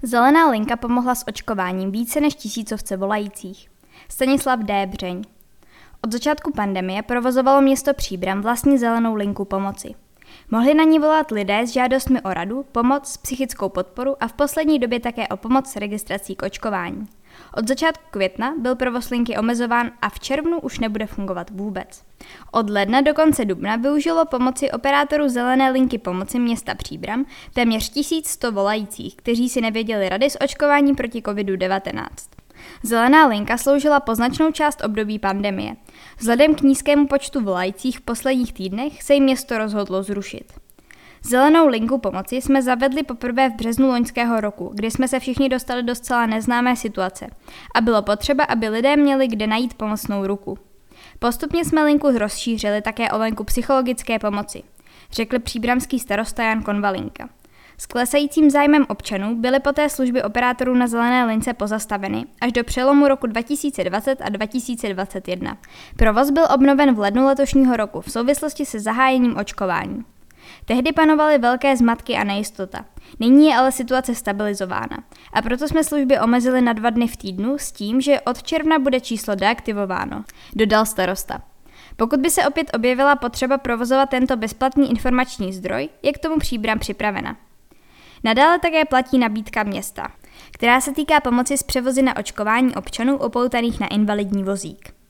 Zelená linka pomohla s očkováním více než 1000 volajících. Stanislav D. Břeň. Od začátku pandemie provozovalo město Příbram vlastní zelenou linku pomoci. Mohli na ní volat lidé s žádostmi o radu, pomoc, psychickou podporu a v poslední době také o pomoc s registrací k očkování. Od začátku května byl provoz linky omezován a v červnu už nebude fungovat vůbec. Od ledna do konce dubna využilo pomoci operátorů zelené linky pomoci města Příbram téměř 1100 volajících, kteří si nevěděli rady s očkováním proti COVID-19. Zelená linka sloužila po značnou část období pandemie. Vzhledem k nízkému počtu volajících v posledních týdnech se jí město rozhodlo zrušit. Zelenou linku pomoci jsme zavedli poprvé v březnu loňského roku, kdy jsme se všichni dostali do zcela neznámé situace a bylo potřeba, aby lidé měli kde najít pomocnou ruku. Postupně jsme linku rozšířili také o linku psychologické pomoci, řekl příbramský starosta Jan Konvalinka. S klesajícím zájmem občanů byly poté služby operátorů na zelené lince pozastaveny až do přelomu roku 2020 a 2021. Provoz byl obnoven v lednu letošního roku v souvislosti se zahájením očkování. Tehdy panovaly velké zmatky a nejistota. Nyní je ale situace stabilizována a proto jsme služby omezili na 2 dny v týdnu s tím, že od června bude číslo deaktivováno, dodal starosta. Pokud by se opět objevila potřeba provozovat tento bezplatný informační zdroj, je k tomu Příbram připravena. Nadále také platí nabídka města, která se týká pomoci s převozy na očkování občanů upoutaných na invalidní vozík.